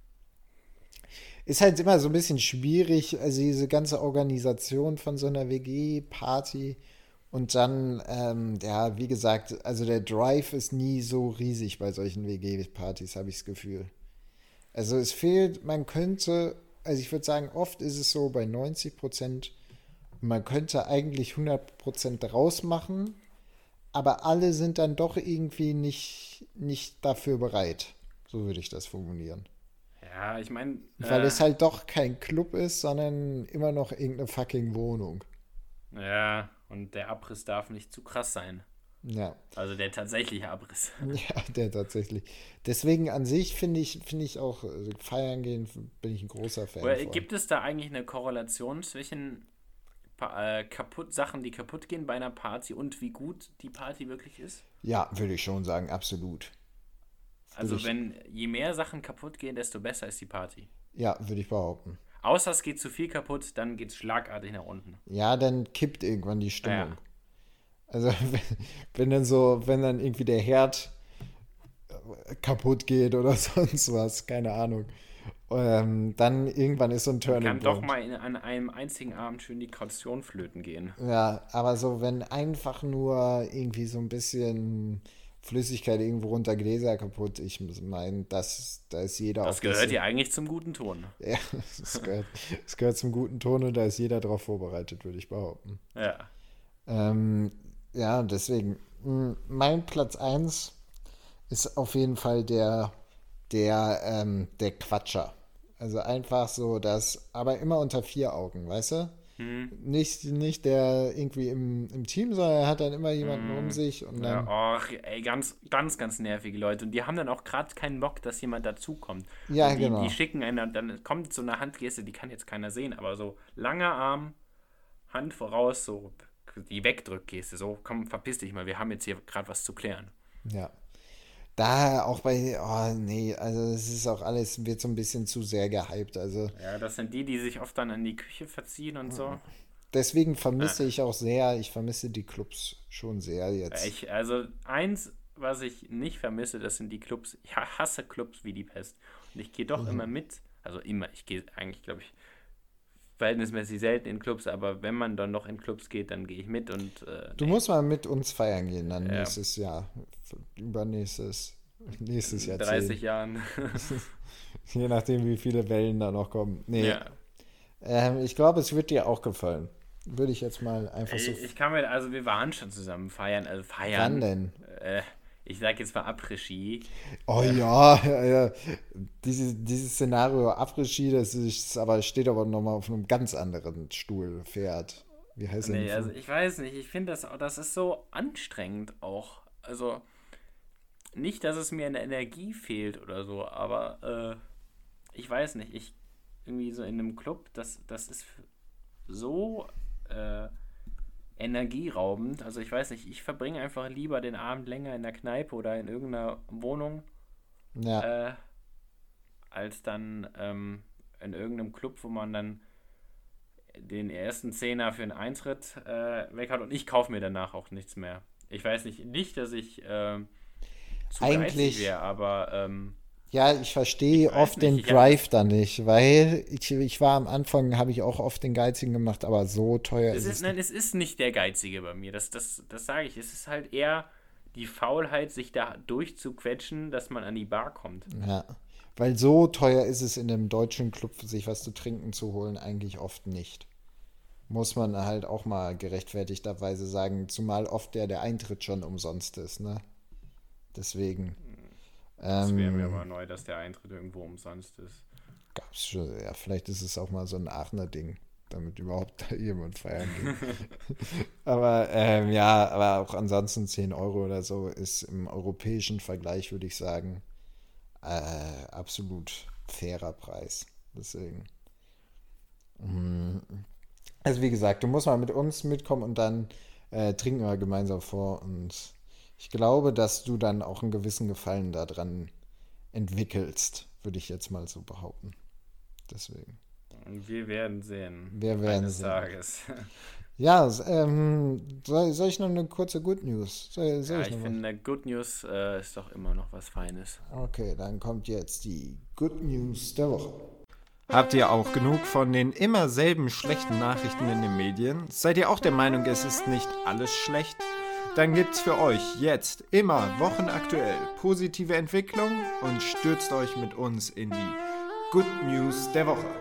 Ist halt immer so ein bisschen schwierig, also diese ganze Organisation von so einer W G-Party. Und dann, ähm, ja, wie gesagt, also der Drive ist nie so riesig bei solchen W G-Partys, habe ich das Gefühl. Also es fehlt, man könnte, also ich würde sagen, oft ist es so bei neunzig Prozent, man könnte eigentlich hundert Prozent draus machen, aber alle sind dann doch irgendwie nicht, nicht dafür bereit. So würde ich das formulieren. Ja, ich meine. Weil äh, es halt doch kein Club ist, sondern immer noch irgendeine fucking Wohnung. Ja, und der Abriss darf nicht zu krass sein. Ja, Also der tatsächliche Abriss. ja, der tatsächlich. Deswegen an sich finde ich, finde ich auch, also feiern gehen bin ich ein großer Fan Oder von. gibt es da eigentlich eine Korrelation zwischen pa äh, kaputt Sachen, die kaputt gehen bei einer Party und wie gut die Party wirklich ist? Ja, würde ich schon sagen, absolut. Also ich- wenn je mehr Sachen kaputt gehen, desto besser ist die Party. Ja, würde ich behaupten. Außer es geht zu viel kaputt, dann geht es schlagartig nach unten. Ja, dann kippt irgendwann die Stimmung. Ja. Also wenn, wenn dann so, wenn dann irgendwie der Herd äh, kaputt geht oder sonst was, keine Ahnung. Ähm, dann irgendwann ist so ein Turning Kann doch Point. mal in, an einem einzigen Abend schön die Kaution flöten gehen. Ja, aber so, wenn einfach nur irgendwie so ein bisschen Flüssigkeit irgendwo runter, Gläser kaputt, ich meine, das, da ist jeder Das auf gehört das, ja eigentlich zum guten Ton. Ja, das gehört, das gehört zum guten Ton und da ist jeder drauf vorbereitet, würde ich behaupten. Ja. Ähm, ja, deswegen, mh, mein Platz eins ist auf jeden Fall der, der, ähm, der Quatscher. Also einfach so das, aber immer unter vier Augen, weißt du? Hm. Nicht, nicht der irgendwie im, im Team, sondern er hat dann immer jemanden um sich und dann. Ja, och, ey, ganz, ganz, ganz nervige Leute. Und die haben dann auch gerade keinen Bock, dass jemand dazukommt. Ja, Und die, genau. Die schicken einen, dann kommt so eine Handgeste, die kann jetzt keiner sehen, aber so langer Arm, Hand voraus, so die Wegdrückgeste, so komm, verpiss dich mal, wir haben jetzt hier gerade was zu klären. Ja. Da auch bei, oh nee, also es ist auch alles, wird so ein bisschen zu sehr gehypt. Also Ja, das sind die, die sich oft dann in die Küche verziehen und so. deswegen vermisse ich auch sehr, ich vermisse die Clubs schon sehr jetzt. Ich, also eins, was ich nicht vermisse, das sind die Clubs. Ich ha- hasse Clubs wie die Pest. Und ich gehe doch immer mit, also immer, ich gehe eigentlich, glaube ich, verhältnismäßig selten in Clubs, aber wenn man dann noch in Clubs geht, dann gehe ich mit und äh, Du musst mal mit uns feiern gehen, dann Ja. nächstes Jahr. Übernächstes, nächstes Jahr. in dreißig Jahren. Je nachdem, wie viele Wellen da noch kommen. Nee, Ja. ähm, ich glaube, es wird dir auch gefallen. Würde ich jetzt mal einfach so. Ich, ich kann mir, also wir waren schon zusammen feiern, also Wann feiern. denn? Äh, ich sag jetzt mal Après-Ski. Oh ja, ja, ja. Diese, dieses Szenario Après-Ski, das ist, aber steht aber nochmal auf einem ganz anderen Stuhl, Pferd. Wie heißt Nee, denn? also ich weiß nicht, ich finde das, das ist so anstrengend auch. Also nicht, dass es mir an Energie fehlt oder so, aber äh, ich weiß nicht, ich irgendwie so in einem Club, das, das ist so äh, energieraubend. Also ich weiß nicht, ich verbringe einfach lieber den Abend länger in der Kneipe oder in irgendeiner Wohnung, Ja, äh, als dann ähm, in irgendeinem Club, wo man dann den ersten Zehner für einen Eintritt äh, weg hat und ich kaufe mir danach auch nichts mehr. Ich weiß nicht, nicht, dass ich äh, zu Eigentlich- geizig wäre, aber ähm, ja, ich verstehe Ich weiß oft nicht, den ich hab Drive da nicht, weil ich, ich war am Anfang, habe ich auch oft den Geizigen gemacht, aber so teuer es ist ist, es nein, es ist nicht der Geizige bei mir, das, das, das sage ich. Es ist halt eher die Faulheit, sich da durchzuquetschen, dass man an die Bar kommt. Ja, weil so teuer ist es in einem deutschen Club, sich was zu trinken zu holen, eigentlich oft nicht. Muss man halt auch mal gerechtfertigterweise sagen, zumal oft der, der Eintritt schon umsonst ist, ne? Deswegen. Das wäre mir Ähm, aber neu, dass der Eintritt irgendwo umsonst ist. gab's schon, ja, vielleicht ist es auch mal so ein Aachener Ding, damit überhaupt da jemand feiern geht. aber ähm, ja, aber auch ansonsten zehn Euro oder so ist im europäischen Vergleich, würde ich sagen, äh, absolut fairer Preis. Deswegen. Mm. Also wie gesagt, du musst mal mit uns mitkommen und dann äh, trinken wir gemeinsam vor. Und ich glaube, dass du dann auch einen gewissen Gefallen daran entwickelst, würde ich jetzt mal so behaupten. Deswegen. Wir werden sehen. Wir werden eines sehen. Tages. Ja, ähm, soll, soll ich noch eine kurze Good News? Soll, soll Ja, ich ich noch finde, Good News äh, ist doch immer noch was Feines. was? Okay, dann kommt jetzt die Good News der Woche. Habt ihr auch genug von den immer selben schlechten Nachrichten in den Medien? Seid ihr auch der Meinung, es ist nicht alles schlecht? Dann gibt's für euch jetzt immer wochenaktuell positive Entwicklung und stürzt euch mit uns in die Good News der Woche.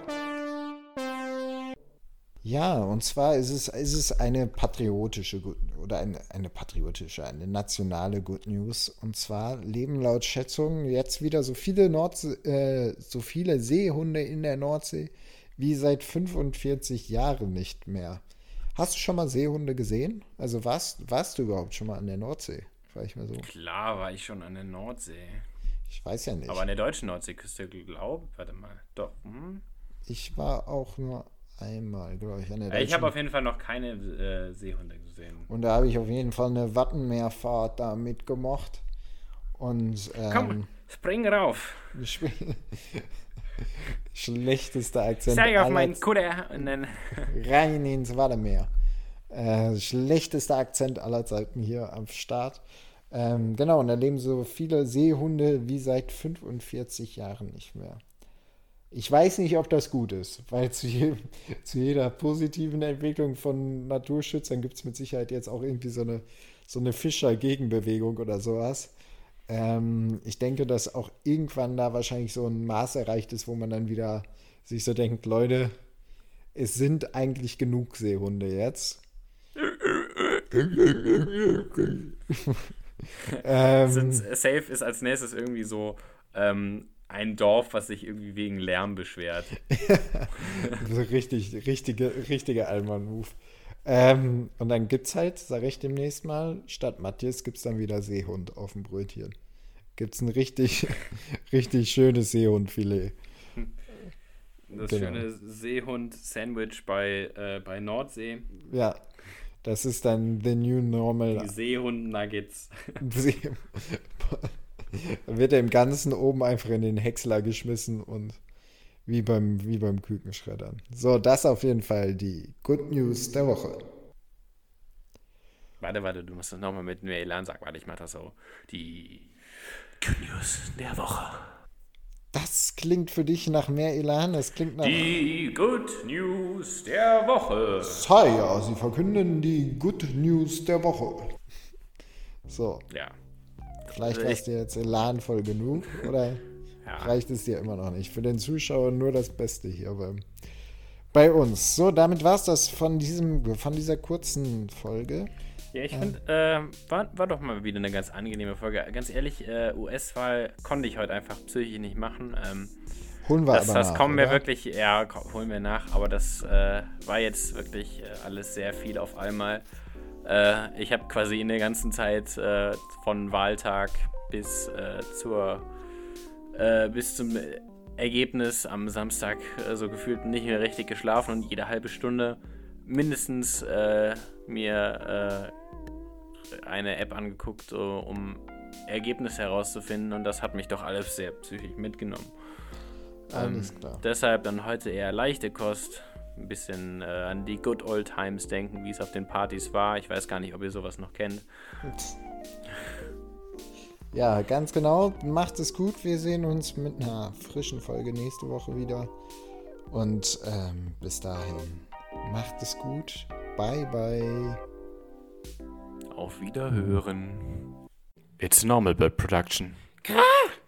Ja, und zwar ist es, ist es eine patriotische Good, oder eine, eine patriotische, eine nationale Good News. Und zwar leben laut Schätzungen jetzt wieder so viele Nordsee, äh, so viele Seehunde in der Nordsee wie seit fünfundvierzig Jahren nicht mehr. Hast du schon mal Seehunde gesehen? Also warst, warst du überhaupt schon mal an der Nordsee? War ich mal so. Klar war ich schon an der Nordsee. Ich weiß ja nicht. Aber an der deutschen Nordseeküste, glaube ich. Warte mal. Doch. Hm? Ich war auch nur einmal, glaube ich, an der Ja, ich deutschen. habe auf jeden Fall noch keine äh, Seehunde gesehen. Und da habe ich auf jeden Fall eine Wattenmeerfahrt da mitgemacht. Und ähm, Komm, spring rauf. schlechtester Akzent Steig auf aller meinen Kutter und dann. rein ins Wattenmeer. Äh, schlechtester Akzent aller Zeiten hier am Start. Ähm, genau, und da leben so viele Seehunde wie seit fünfundvierzig Jahren nicht mehr. Ich weiß nicht, ob das gut ist, weil zu, je, zu jeder positiven Entwicklung von Naturschützern gibt es mit Sicherheit jetzt auch irgendwie so eine, so eine Fischer-Gegenbewegung oder sowas. Ähm, ich denke, dass auch irgendwann da wahrscheinlich so ein Maß erreicht ist, wo man dann wieder sich so denkt, Leute, es sind eigentlich genug Seehunde jetzt. ähm, Sind, safe ist als nächstes irgendwie so ähm, ein Dorf, was sich irgendwie wegen Lärm beschwert. so richtig, richtige, richtige Allmann-Move. Ähm, und dann gibt's halt, sag ich demnächst mal, statt Matthias gibt's dann wieder Seehund auf dem Brötchen. Gibt's ein richtig, richtig schönes Seehundfilet. Das Genau. schöne Seehund-Sandwich bei, äh, bei Nordsee. Ja, das ist dann the new normal. Die Seehund-Nuggets. Dann wird er im Ganzen oben einfach in den Häcksler geschmissen und wie beim, wie beim Kükenschreddern. So, das auf jeden Fall die Good News der Woche. Warte, warte, du musst das nochmal mit mehr Elan sagen. Warte, ich mach das so. Die Good News der Woche. Das klingt für dich nach mehr Elan, das klingt nach... Die Good News der Woche. Sire, Sie verkünden die Good News der Woche. So, Ja. vielleicht Also war es dir jetzt elanvoll genug, oder Ja. reicht es dir immer noch nicht? Für den Zuschauer nur das Beste hier beim, bei uns. So, damit war es das von, diesem, von dieser kurzen Folge. Ja, ich finde, äh, war, war doch mal wieder eine ganz angenehme Folge. Ganz ehrlich, äh, U S-Wahl konnte ich heute einfach psychisch nicht machen. Ähm, Holen wir das aber das nach, kommen wir oder? wirklich, ja, ko- holen wir nach, aber das äh, war jetzt wirklich äh, alles sehr viel auf einmal. Äh, ich habe quasi in der ganzen Zeit äh, von Wahltag bis äh, zur äh, bis zum Ergebnis am Samstag äh, so gefühlt nicht mehr richtig geschlafen und jede halbe Stunde mindestens äh, mir äh, eine App angeguckt, so, um Ergebnisse herauszufinden, und das hat mich doch alles sehr psychisch mitgenommen. Alles Ähm, klar. Deshalb dann heute eher leichte Kost, ein bisschen äh, an die Good Old Times denken, wie es auf den Partys war. Ich weiß gar nicht, ob ihr sowas noch kennt. Ja, ganz genau. Macht es gut. Wir sehen uns mit einer frischen Folge nächste Woche wieder. Und ähm, bis dahin, macht es gut. Bye, bye. Auf Wiederhören. It's Normal Bird Production.